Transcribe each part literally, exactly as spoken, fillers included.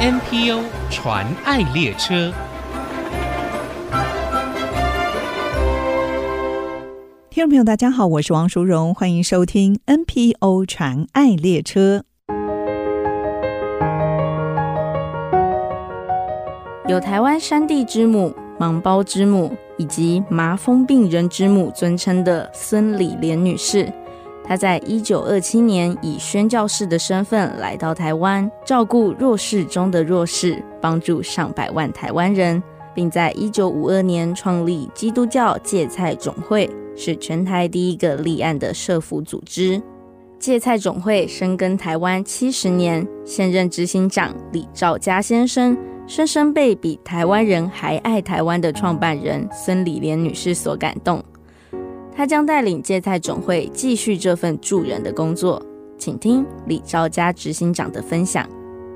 N P O 传爱列车。 听众朋友大家好，我是王淑荣，欢迎收听 N P O 传爱列车。 有台湾山地之母、盲胞之母以及麻风病人之母尊称的孙理莲女士，她在一九二七年以宣教士的身份来到台湾，照顾弱势中的弱势，帮助上百万台湾人，并在一九五二年创立基督教芥菜种会，是全台第一个立案的社福组织。芥菜种会深耕台湾七十年，现任执行长李兆嘉先生深深被比台湾人还爱台湾的创办人孙理莲女士所感动，她将带领芥菜种会继续这份助人的工作。请听李兆嘉执行长的分享。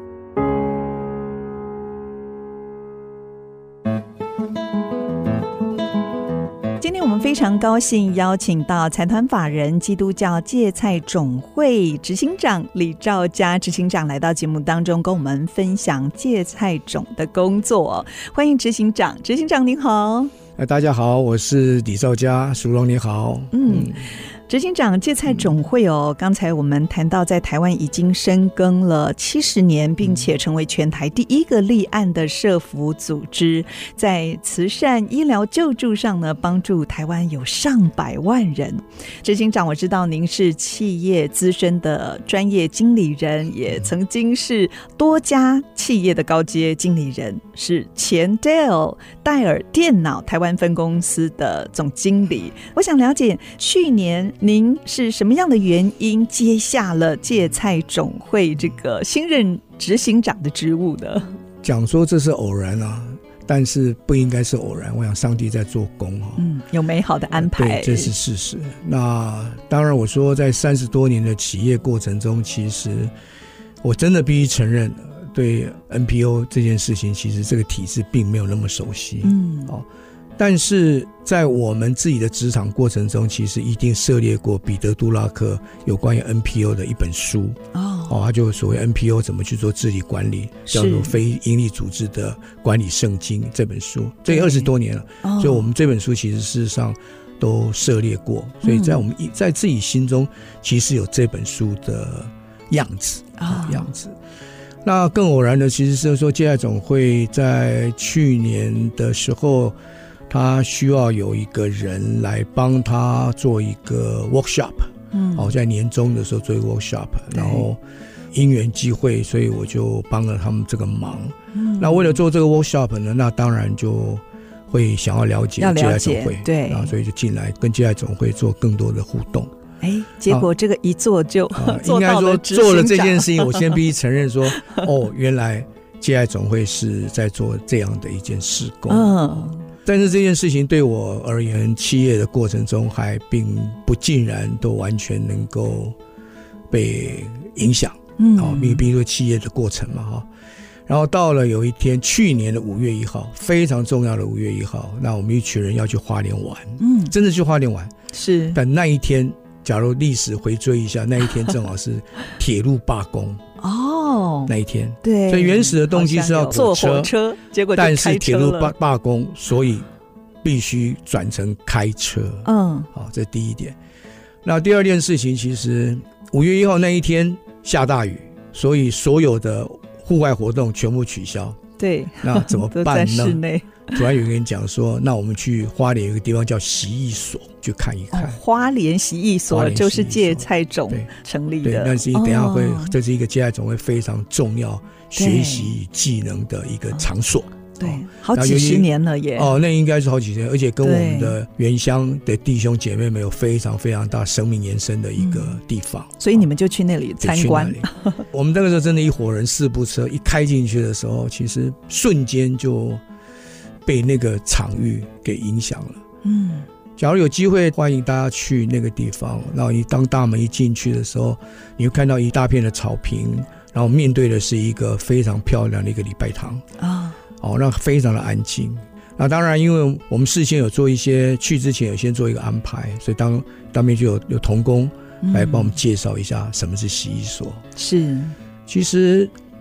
今天我们非常高兴邀请到财团法人基督教芥菜种会执行长李兆嘉执行长来到节目当中，跟我们分享芥菜种的工作。欢迎执行长。执行长您好。 大家好，我是李兆嘉。淑荣你好。 嗯，执行长，芥菜种会哦，刚才我们谈到在台湾已经深耕了七十年，并且成为全台第一个立案的社福组织，在慈善医疗救助上呢，帮助台湾有上百万人。执行长，我知道您是企业资深的专业经理人，也曾经是多家企业的高阶经理人，是前 Dell 戴尔电脑台湾分公司的总经理。我想了解去年您是什么样的原因接下了芥菜种会这个新任执行长的职务呢？ 讲说这是偶然啊，但是不应该是偶然，我想上帝在做工、哦嗯、有美好的安排， 对，这是事实。那当然我说在三十多年的企业过程中，其实我真的必须承认，对 N P O 这件事情其实这个体制并没有那么熟悉。嗯，哦，但是在我们自己的职场过程中，其实一定涉猎过彼得·杜拉克有关于 N P O 的一本书。哦，哦他就所谓 N P O 怎么去做治理管理，叫做非营利组织的管理圣经这本书，这二十多年了、哦、所以我们这本书其实事实上都涉猎过，所以在我们在自己心中其实有这本书的样子、哦、样子。那更偶然的其实是说芥菜种会在去年的时候，他需要有一个人来帮他做一个 workshop， 嗯，哦，在年终的时候做一个 workshop， 然后因缘际会，所以我就帮了他们这个忙。嗯，那为了做这个 workshop 呢，那当然就会想要了解芥菜种会，对，然后所以就进来跟芥菜种会做更多的互动。 哎，结果这个一做就、啊、做到了执行长。 应该说做了这件事情，我先必须承认说，哦，原来芥菜种会是在做这样的一件事工。嗯，但是这件事情对我而言，企业的过程中还并不尽然都完全能够被影响。嗯，哦，比如说企业的过程嘛，哈。然后到了有一天，去年的五月一号，非常重要的五月一号，那我们一群人要去花莲玩，嗯，真的去花莲玩。是，但那一天，假如历史回追一下，那一天正好是铁路罢工哦，那一天，对，所以原始的动机是要坐火车，结果就开车了，但是铁路罢罢工，所以必须转成开车。嗯，好，这第一点。那第二件事情，其实五月一号那一天下大雨，所以所有的户外活动全部取消。对，那怎么办呢？都在室内。突然有人讲说，那我们去花莲有一个地方叫洗衣所去看一看。哦、花莲洗衣所就是芥菜种成立的。 对，但是等一下会、哦，这是一个芥菜种会非常重要学习与技能的一个场所。 对，好几十年了耶。 哦，那应该是好几十年，而且跟我们的原乡的弟兄姐妹们有非常非常大生命延伸的一个地方。嗯、 所以你们就去那里参观。 我们那个时候真的一伙人四部车一开进去的时候，其实瞬间就被那个场域给影响了。嗯，假如有机会，欢迎大家去那个地方。然后你当大门一进去的时候，你会看到一大片的草坪，然后面对的是一个非常漂亮的一个礼拜堂啊，哦，那非常的安静。那当然，因为我们事先有做一些，去之前有先做一个安排，所以当当面就有有同工来帮我们介绍一下什么是洗衣所。是，其实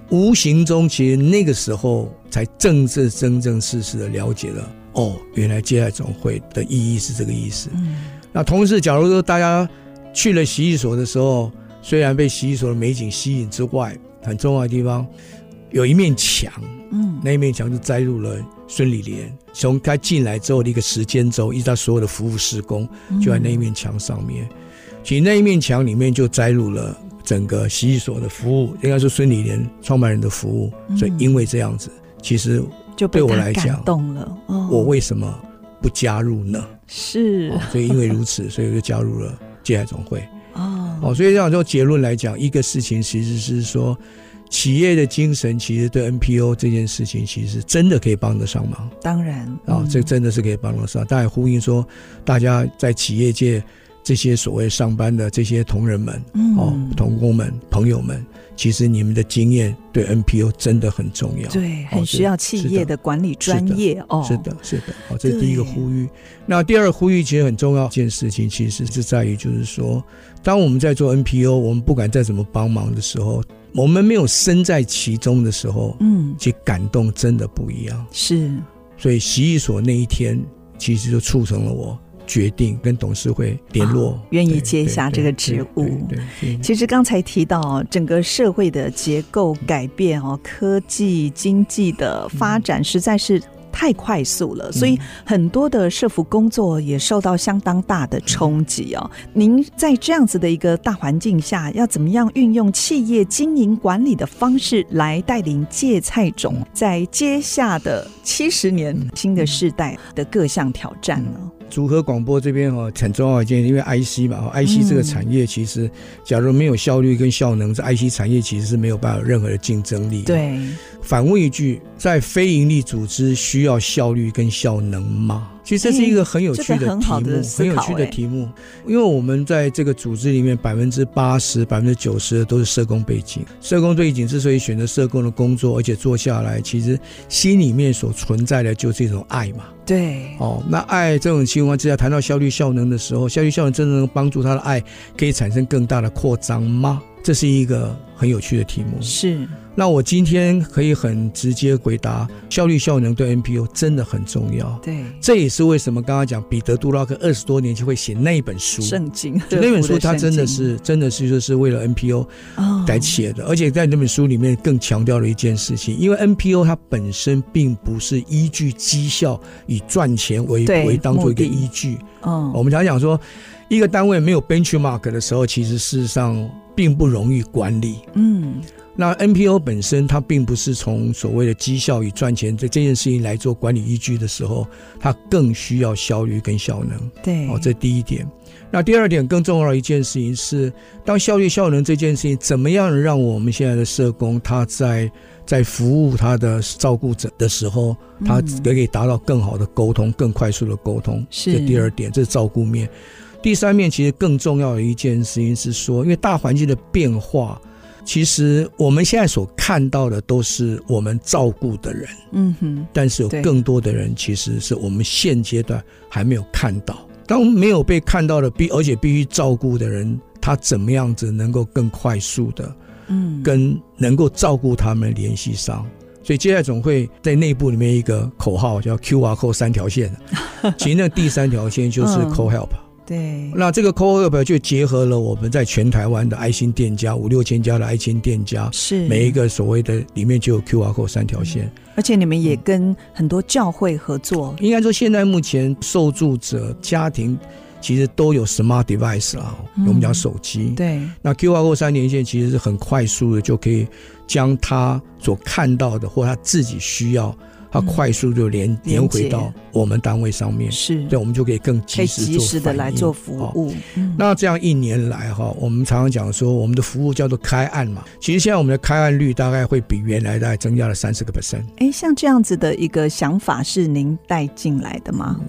无形中其实那个时候才正正正正式式的了解了，哦，原来接待总会的意义是这个意思。嗯，那同时假如说大家去了洗衣所的时候，虽然被洗衣所的美景吸引之外，很重要的地方有一面墙，嗯，那一面墙就摘录了孙理莲从他进来之后的一个时间轴，一直到所有的服务施工就在那一面墙上面。其实那一面墙里面就摘录了整个洗衣所的服务，应该说孙理莲创办人的服务、嗯、所以因为这样子，其实对我来讲就被他感动了、哦、我为什么不加入呢？ 是、 哦、所以因为如此所以我就加入了接待总会。哦, 哦，所以这样说结论来讲，一个事情其实是说企业的精神其实对 N P O 这件事情其实真的可以帮得上忙。 当然啊、 哦嗯，这真的是可以帮得上。当然呼应说大家在企业界这些所谓上班的这些同仁们、嗯哦、同工们朋友们，其实你们的经验对 N P O 真的很重要， 对，很需要企业的管理专业。哦， 是的是的、哦、这是第一个呼吁。那第二个呼吁其实很重要一件事情，其实是在于就是说，当我们在做 N P O， 我们不管再怎么帮忙的时候，我们没有身在其中的时候，嗯，其实感动真的不一样。 是，所以洗衣所那一天其实就促成了我决定跟董事会联络、哦、 愿意接下这个职务。其实刚才提到整个社会的结构改变、哦、科技经济的发展实在是太快速了，所以很多的社福工作也受到相当大的冲击哦。您在这样子的一个大环境下，要怎么样运用企业经营管理的方式来带领芥菜种在接下的七十年新的世代的各项挑战呢？ 组合广播这边很重要一件，因为 I C 嘛 I C 这个产业其实假如没有效率跟效能，这 I C 产业其实是没有办法有任何的竞争力。 对， 反问一句，在非营利组织需要效率跟效能吗？其实这是一个很有趣的题目、欸、很, 的很有趣的题目。因为我们在这个组织里面 百分之八十 百分之九十 都是社工背景，社工背景之所以选择社工的工作而且做下来，其实心里面所存在的就是一种爱嘛。 对、 哦、那爱这种情况之下，谈到效率效能的时候，效率效能真的能帮助他的爱可以产生更大的扩张吗？这是一个很有趣的题目。 是， 那我今天可以很直接回答，效率效能对 N P O 真的很重要。 对， 这也是为什么刚刚讲彼得·杜拉克二十多年前会写那本书， 圣经。 那本书他真的是真的是就是为了 N P O 来写的、哦、而且在那本书里面更强调了一件事情，因为 N P O 它本身并不是依据绩效以赚钱 为, 为当做一个依据、哦、我们常讲说一个单位没有 benchmark 的时候，其实事实上并不容易管理。嗯，那 N P O 本身它并不是从所谓的绩效与赚钱这件事情来做管理依据的时候，它更需要效率跟效能。 对、 哦、这第一点。那第二点更重要的一件事情是，当效率效能这件事情怎么样让我们现在的社工他在在服务他的照顾者的时候，他可以达到更好的沟通、更快速的沟通。 是这第二点，这是照顾面。第三面其实更重要的一件事情是说，因为大环境的变化，其实我们现在所看到的都是我们照顾的人，嗯哼，但是有更多的人其实是我们现阶段还没有看到。当没有被看到的而且必须照顾的人，他怎么样子能够更快速的嗯，跟能够照顾他们联系上。所以接下来总会在内部里面一个口号叫 Q R code 三条线其实那第三条线就是 Call Help、嗯对， 那这个 Call Help 就结合了我们在全台湾的爱心店家，五六千家的爱心店家， 是每一个所谓的里面就有 Q R Code 三条线、嗯、 而且你们也跟很多教会合作、 嗯、应该说现在目前受助者家庭其实都有 smart device 啦、嗯、我们讲手机， 对， 那 Q R Code 三连线其实是很快速的就可以将他所看到的或他自己需要它快速就 连,、嗯、连回到我们单位上面， 是， 对，我们就可以更及时做反应，可以及时的来做服务、哦嗯、那这样一年来我们常常讲说我们的服务叫做开案嘛，其实现在我们的开案率大概会比原来大概增加了 百分之三十。 诶，像这样子的一个想法是您带进来的吗、嗯、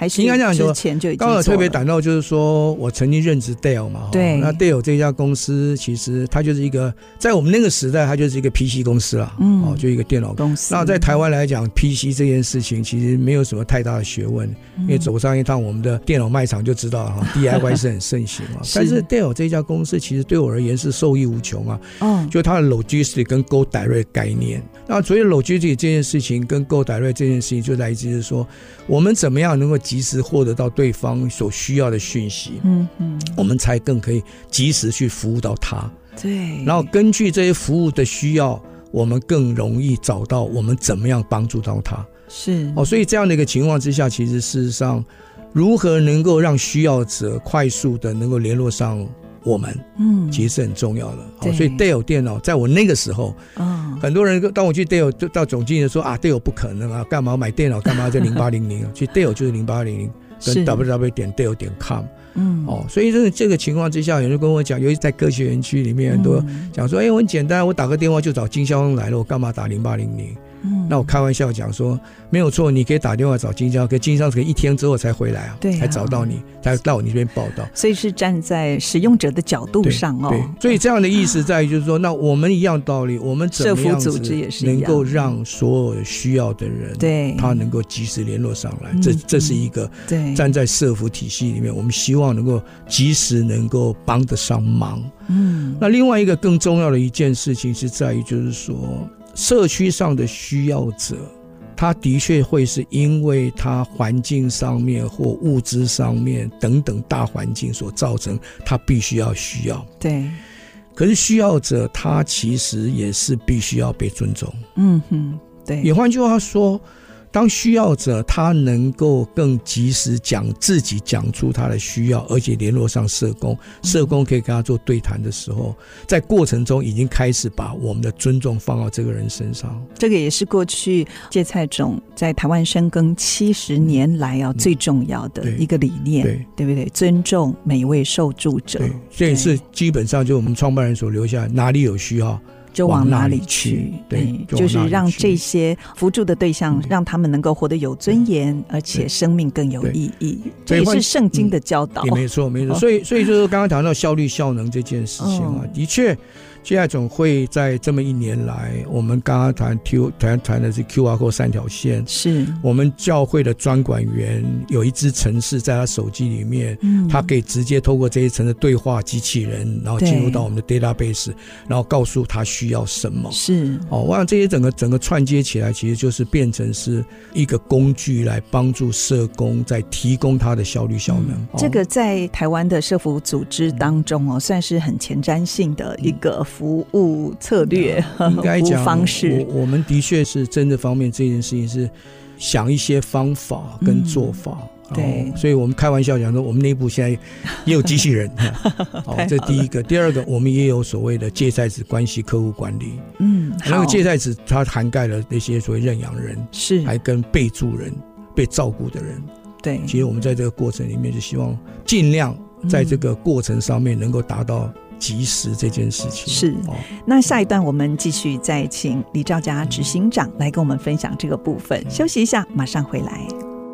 还是应该这样说， 之前就已经刚好特别谈到，就是说我曾经任职 Dell 嘛， 对， 那 Dell 这家公司其实它就是一个在我们那个时代，它就是一个 P C 公司啦，嗯，哦，就一个电脑公司。 那在台湾来讲 ，P C 这件事情其实没有什么太大的学问，嗯、因为走上一趟我们的电脑卖场就知道哈 ，D I Y 是很盛行啊。但是 Dell 这家公司其实对我而言是受益无穷啊，嗯，就它的 logistics 跟 Go Direct 概念。那所谓 logistics 这件事情跟 Go Direct 这件事情，就来自于说我们怎么样能够及时获得到对方所需要的讯息，嗯嗯，我们才更可以及时去服务到他。 对， 然后根据这些服务的需要，我们更容易找到我们怎么样帮助到他。 是哦，所以这样的一个情况之下，其实事实上如何能够让需要者快速的能够联络上我们，嗯，其实是很重要的。哦、所以 Dell 电脑在我那个时候，嗯，很多人当我去 Dell 到总经理说啊 ，Dell 不可能啊，干嘛买电脑，干嘛在零八零零？其实 Dell 就是零八零零跟 double-u double-u double-u 点 dell 点 com。嗯，哦，所以这个这个情况之下，有人跟我讲，尤其在科学园区里面，很多讲说，哎、嗯欸，我很简单，我打个电话就找经销商来了，我干嘛打零八零零？嗯，那我开玩笑讲说，没有错，你可以打电话找经销商，可经销商可以一天之后才回来啊，对啊，才找到你，才到你这边报道。 所以是站在使用者的角度上哦。 对，对，所以这样的意思在于就是说，那我们一样道理，我们怎么样子能够让所有需要的人，对，他能够及时联络上来？嗯、这这是一个对站在社福体系里面，我们希望能够及时能够帮得上忙。嗯，那另外一个更重要的一件事情是在于，就是说。社区上的需要者，他的确会是因为他环境上面或物资上面等等大环境所造成，他必须要需要。 对。 可是需要者他其实也是必须要被尊重。 嗯哼，对。 也换句话说，当需要者他能够更及时讲自己讲出他的需要，而且联络上社工，社工可以跟他做对谈的时候，在过程中已经开始把我们的尊重放到这个人身上。 这个也是过去芥菜种在台湾深耕七十年来啊、嗯、最重要的一个理念， 对, 对不对？尊重每一位受助者。 对，这也是基本上就我们创办人所留下，哪里有需要就往哪里去，对，就是让这些扶助的对象、嗯、让他们能够活得有尊严，而且生命更有意义。这也是圣经的教导。 嗯、也没错，没错。所以，所以就是刚刚谈到效率效能这件事情啊，嗯、的确。芥菜种会在这么一年来，我们刚刚谈 Q 谈谈的是 Q R code 三条线， 是我们教会的专管员有一支程式在他手机里面，嗯，他可以直接透过这一层的对话机器人，然后进入到我们的 database， 然后告诉他需要什么。 是哦，我想这些整个整个串接起来，其实就是变成是一个工具来帮助社工在提供他的效率效能。嗯哦、这个在台湾的社福组织当中哦，算是很前瞻性的一个服务策略， 应该讲方式。 我, 我们的确是真的方面这件事情是想一些方法跟做法。嗯、对，所以我们开玩笑讲说，我们内部现在也有机器人。好，这第一个。第二个，我们也有所谓的芥菜子关系客户管理。嗯，那个芥菜子它涵盖了那些所谓认养人，是还跟被助人、被照顾的人。 对， 其实我们在这个过程里面就希望尽量在这个过程上面能够达到及时这件事情。 是、哦、那下一段我们继续再请李兆嘉执行长来跟我们分享这个部分。休息一下，马上回来。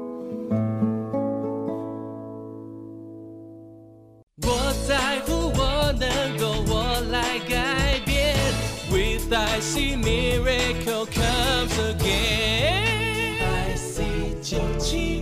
我在乎，我能够，我来改变。With I see miracle comes again。 I see 九七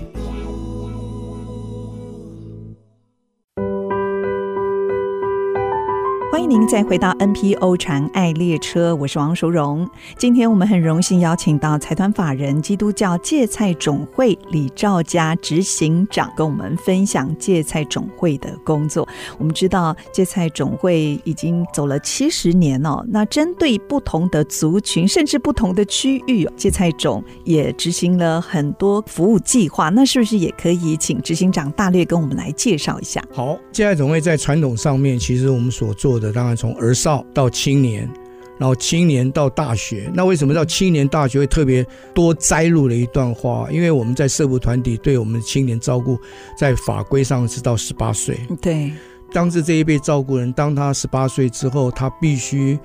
欢迎您再回到 N P O 传爱列车，我是王淑荣。今天我们很荣幸邀请到财团法人基督教芥菜种会李兆嘉执行长跟我们分享芥菜种会的工作。我们知道芥菜种会已经走了七十年哦，那针对不同的族群甚至不同的区域，芥菜种也执行了很多服务计划。那是不是也可以请执行长大略跟我们来介绍一下？ 好，芥菜种会在传统上面，其实我们所做的当然从儿少到青年，然后青年到大学。那为什么到青年大学会特别多摘录了一段话？因为我们在社福团体对我们的青年照顾，在法规上是到十八岁。 对， 当时这一辈照顾人，当他十八岁之后，他必须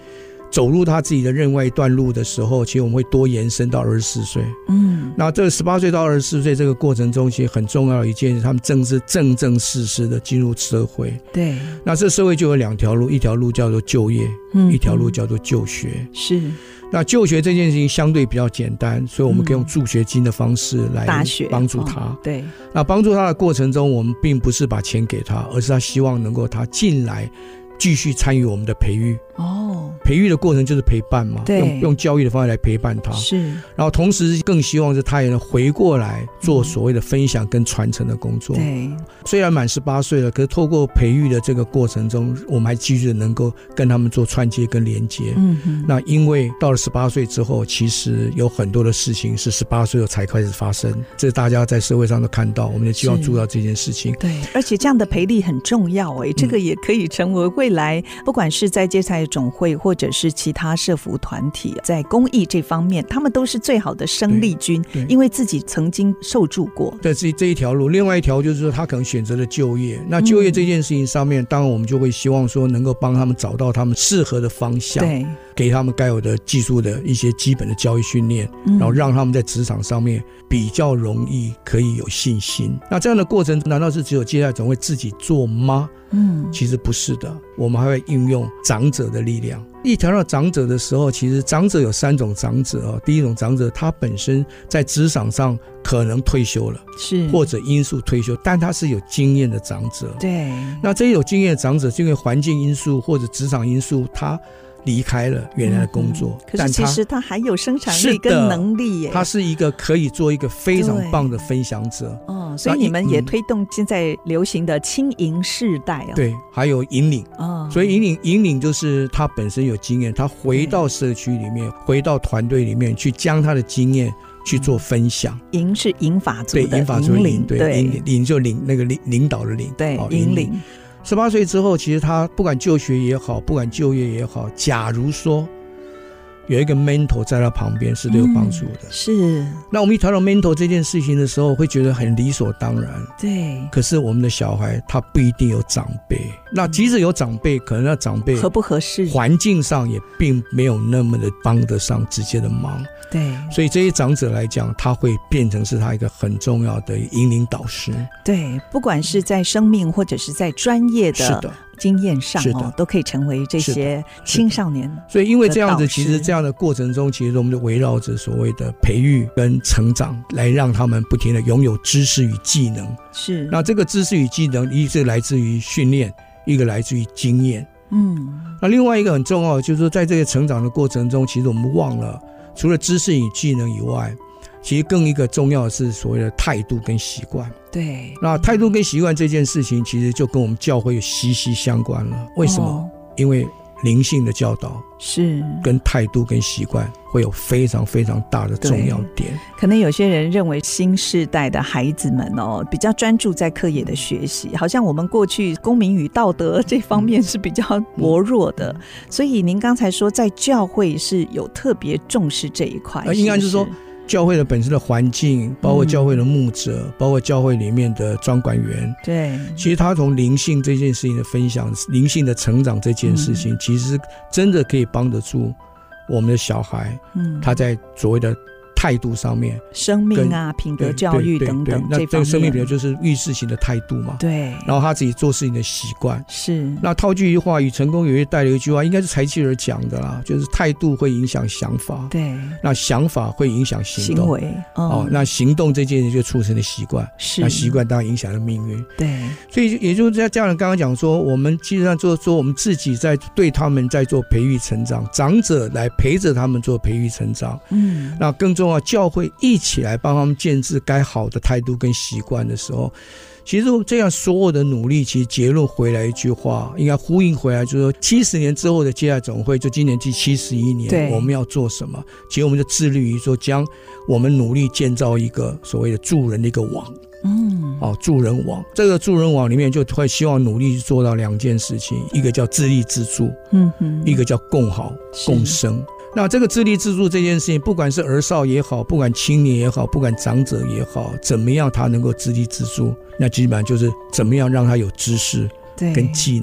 走入他自己的另外一段路的时候，其实我们会多延伸到二十四岁。嗯，那这个十八岁到二十四岁这个过程中，其实很重要的一件事，他们正是正正式式的进入社会。 对， 那这社会就有两条路，一条路叫做就业，嗯、一条路叫做就学。 是。 那就学这件事情相对比较简单，所以我们可以用助学金的方式来帮助他。 哦、对， 那帮助他的过程中，我们并不是把钱给他，而是他希望能够他进来继续参与我们的培育。哦，培育的过程就是陪伴嘛，用用教育的方式来陪伴他。是，然后同时更希望是他也能回过来做所谓的分享跟传承的工作。对，虽然满十八岁了，可是透过培育的这个过程中，我们还继续的能够跟他们做串接跟连接。嗯哼，那因为到了十八岁之后，其实有很多的事情是十八岁后才开始发生，这大家在社会上都看到，我们也希望注意到这件事情。 对，而且这样的培力很重要哎、欸，这个也可以成为未来不管是在接才总会或者是其他社福团体在公益这方面，他们都是最好的生力军，因为自己曾经受助过。 对，这这一条路，另外一条就是说他可能选择了就业。那就业这件事情上面，嗯、当然我们就会希望说能够帮他们找到他们适合的方向，对，给他们该有的技术的一些基本的教育训练，嗯、然后让他们在职场上面比较容易可以有信心。那这样的过程难道是只有接待总会自己做吗？嗯，其实不是的，我们还会运用长者的力量。一谈到长者的时候，其实长者有三种长者、哦、第一种长者，他本身在职场上可能退休了，是或者因素退休，但他是有经验的长者。对，那这有经验的长者，就因为环境因素或者职场因素，他离开了原来的工作、 嗯、可是其实他还有生产力跟能力耶， 他是一个可以做一个非常棒的分享者。 哦，所以你们也推动现在流行的青银世代、哦、 对，还有引领、哦、所以引领引领就是他本身有经验，他回到社区里面，回到团队里面去将他的经验去做分享。 引是引法族的对，引法族的引，对，引领就领那个领领导的领， 对，引领。 十八岁之后，其实他不管就学也好，不管就业也好，假如说有一个 mentor 在他旁边是都有帮助的、嗯、是。那我们一谈到 mentor 这件事情的时候，会觉得很理所当然。对。可是我们的小孩他不一定有长辈，那即使有长辈，可能那长辈合不合适， 环境上也并没有那么的帮得上直接的忙。对。所以这些长者来讲，他会变成是他一个很重要的引领导师。 对，不管是在生命或者是在专业的经验上、哦、都可以成为这些青少年。 所以因为这样子，其实这样的过程中，其实我们就围绕着所谓的培育跟成长，来让他们不停的拥有知识与技能。是。那这个知识与技能，一个来自于训练，一个来自于经验。嗯。那另外一个很重要的就是说，在这个成长的过程中，其实我们忘了，除了知识与技能以外，其实更一个重要的是所谓的态度跟习惯。对，那态度跟习惯这件事情，其实就跟我们教会息息相关了。为什么？哦、因为灵性的教导是跟态度跟习惯会有非常非常大的重要点。 可能有些人认为新世代的孩子们哦，比较专注在课业的学习，好像我们过去公民与道德这方面是比较薄弱的。嗯、所以您刚才说，在教会是有特别重视这一块， 呃、应该就是说。教会的本身的环境，包括教会的牧者、嗯、包括教会里面的专管员，对，其实他从灵性这件事情的分享，灵性的成长这件事情、嗯、其实真的可以帮得住我们的小孩、嗯、他在所谓的态度上面， 生命啊品德教育等等， 那这个生命品德就是遇事情的态度嘛，对，然后他自己做事情的习惯是。那套句一句话，与成功有约带了一句话，应该是柴契尔讲的啦，就是态度会影响想法，对，那想法会影响行动，行为、嗯、哦，那行动这件事就促成了习惯，是，那习惯当然影响了命运，对，所以也就是这样，刚刚讲说，我们基本上做做我们自己在对他们在做培育成长，长者来陪着他们做培育成长，嗯，那更重要。教会一起来帮他们建制该好的态度跟习惯的时候，其实这样所有的努力，其实结论回来一句话，应该呼应回来，就是说七十年之后的接待总会，就今年第七十一年，我们要做什么？其实我们就致力于说，将我们努力建造一个所谓的助人的一个网。嗯，哦，助人网，这个助人网里面就会希望努力做到两件事情，一个叫自立自助，嗯哼，一个叫共好共生。那这个自立自助这件事情，不管是儿少也好，不管青年也好，不管长者也好，怎么样他能够自立自助，那基本上就是怎么样让他有知识跟技能，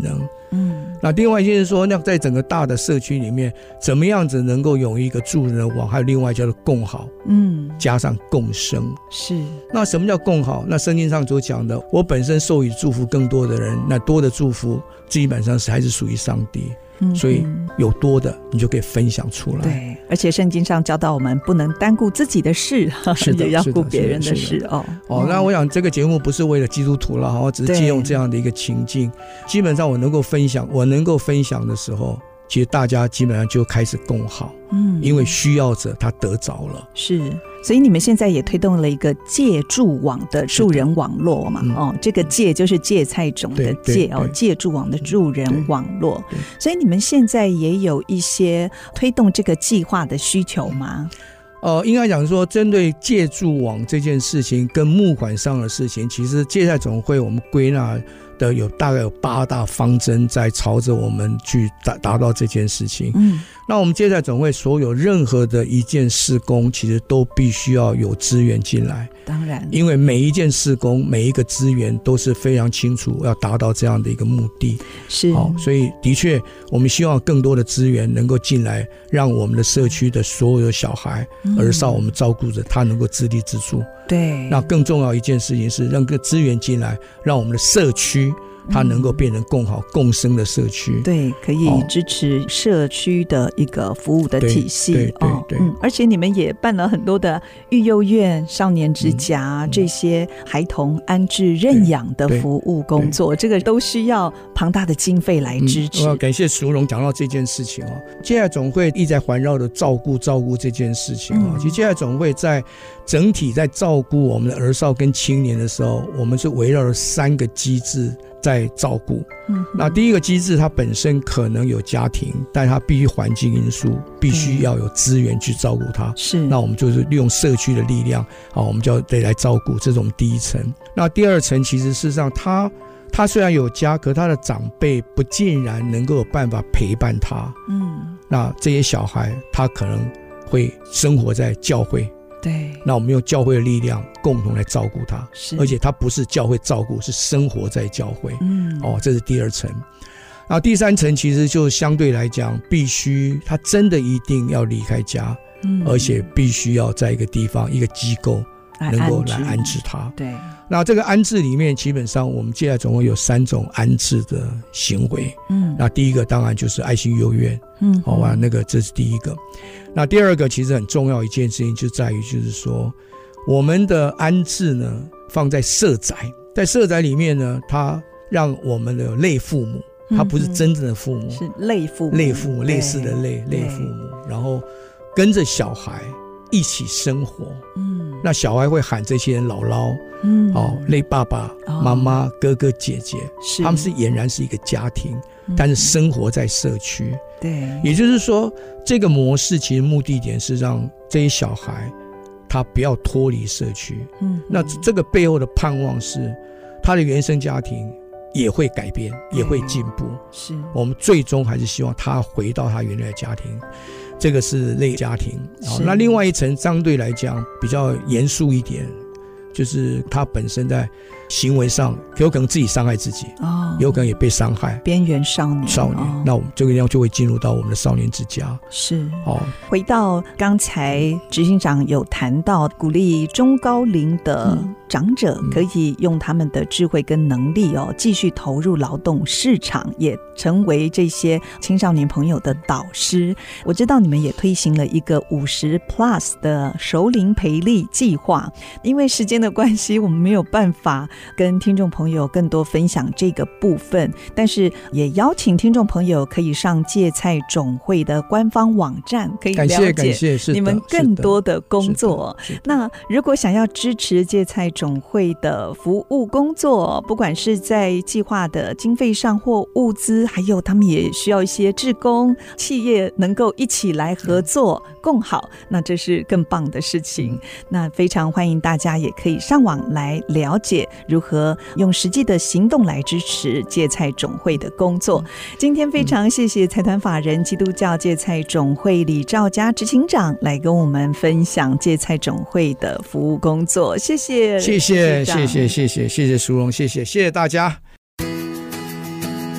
嗯， 那另外就是说，那在整个大的社区里面，怎么样子能够有一个助人的网，还有另外叫做共好， 嗯， 加上共生。 是。 那什么叫共好？那圣经上所讲的，我本身授予祝福更多的人，那多的祝福基本上是还是属于上帝。嗯、所以有多的你就可以分享出来。 对，而且圣经上教导我们不能单顾自己的事， 是的， 也要顾别人的事。哦哦，那我想这个节目不是为了基督徒了，我只是借用这样的一个情境。基本上我能够分享，我能够分享的时候，其实大家基本上就开始共好。嗯，因为需要者他得着了。 是。所以你们现在也推动了一个借助网的助人网络嘛？哦，这个借就是芥菜种的借哦，借助网的助人网络。所以你们现在也有一些推动这个计划的需求吗？ 呃，应该讲说，针对借助网这件事情跟募款上的事情，其实芥菜总会我们归纳的有大概有八大方针在朝着我们去达达到这件事情。嗯，那我们芥菜总会所有任何的一件事工，其实都必须要有资源进来。 当然， 因为每一件事工，每一个资源都是非常清楚要达到这样的一个目的。 是， 好，所以的确，我们希望更多的资源能够进来，让我们的社区的所有的小孩、嗯、儿少，我们照顾着他能够自立自助。 对， 那更重要一件事情是让个资源进来，让我们的社区它能够变成共好共生的社区。 对，可以支持社区的一个服务的体系。 对对 对, 对、哦嗯、 而且你们也办了很多的育幼院、少年之家、嗯、这些孩童安置认养的服务工作，这个都需要庞大的经费来支持。 嗯、感谢淑荣讲到这件事情哦。芥菜总会一直在环绕的照顾照顾这件事情哦、嗯。其实芥菜总会在整体在照顾我们的儿少跟青年的时候，我们是围绕了三个机制在照顾。嗯，那第一个机制它本身可能有家庭，但它必须环境因素，必须要有资源去照顾它。是，那我们就是利用社区的力量，好，我们就要得来照顾，这是我们第一层。那第二层其实事实上它他虽然有家，可他的长辈不尽然能够有办法陪伴他。嗯，那这些小孩他可能会生活在教会。 对， 那我们用教会的力量共同来照顾他，而且他不是教会照顾，是生活在教会。嗯，哦，这是第二层。然后第三层其实就相对来讲，必须他真的一定要离开家，嗯，而且必须要在一个地方一个机构能够来安置他。 对， 那这个安置里面，基本上我们接下来总共有三种安置的行为。嗯，那第一个当然就是爱心幼院。嗯，好吧，那个这是第一个。那第二个其实很重要一件事情，就在于就是说，我们的安置呢放在社宅，在社宅里面呢，它让我们的类父母，它不是真正的父母， 是类父母， 类父母类似的类类父母，然后跟着小孩一起生活。嗯，那小孩会喊这些人姥姥，嗯，哦，类爸爸、哦、妈妈、哥哥、姐姐，他们是俨然是一个家庭，嗯、但是生活在社区。 对， 也就是说，这个模式其实目的点是让这些小孩他不要脱离社区。嗯，那这个背后的盼望是，他的原生家庭也会改变，也会进步。是，我们最终还是希望他回到他原来的家庭。这个是类家庭。那另外一层相对来讲比较严肃一点，就是他本身在行为上有可能自己伤害自己，哦，有可能也被伤害， 边缘少年少年、哦、那我们这个地方就会进入到我们的少年之家。 是，哦，回到刚才执行长有谈到鼓励中高龄的长者可以用他们的智慧跟能力哦，继续投入劳动市场，也成为这些青少年朋友的导师。我知道你们也推行了一个五十 plus 的熟龄培力计划，因为时间的关系，我们没有办法跟听众朋友更多分享这个部分，但是也邀请听众朋友可以上芥菜总会的官方网站，可以了解你们更多的工作。那如果想要支持芥菜总会的服务工作，不管是在计划的经费上或物资，还有他们也需要一些志工企业能够一起来合作共好，那这是更棒的事情。那非常欢迎大家也可以上网来了解如何用实际的行动来支持芥菜总会的工作。今天非常谢谢财团法人基督教芥菜总会李兆嘉执行长来跟我们分享芥菜总会的服务工作。谢谢， 谢谢，谢谢，谢谢，谢谢淑荣，谢谢，谢谢大家。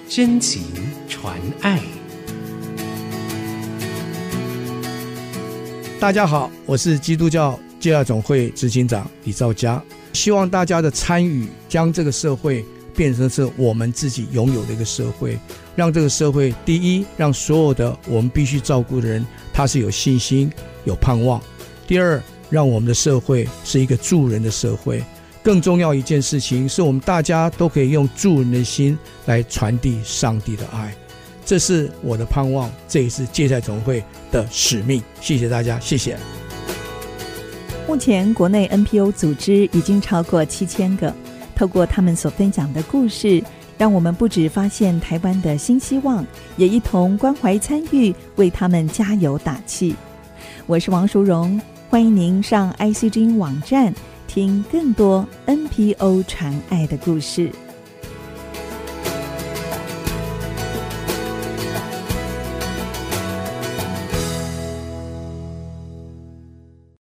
真情传爱。 大家好，我是基督教接爱总会执行长李兆嘉，希望大家的参与将这个社会变成是我们自己拥有的一个社会，让这个社会第一，让所有的我们必须照顾的人他是有信心有盼望，第二，让我们的社会是一个助人的社会，更重要一件事情是我们大家都可以用助人的心来传递上帝的爱，这是我的盼望，这也是芥菜总会的使命。谢谢大家，谢谢。 目前国内 N P O 组织已经超过七千个，透过他们所分享的故事，让我们不只发现台湾的新希望，也一同关怀参与，为他们加油打气。我是王淑荣，欢迎您上 I C G 网站听更多 N P O 传爱的故事。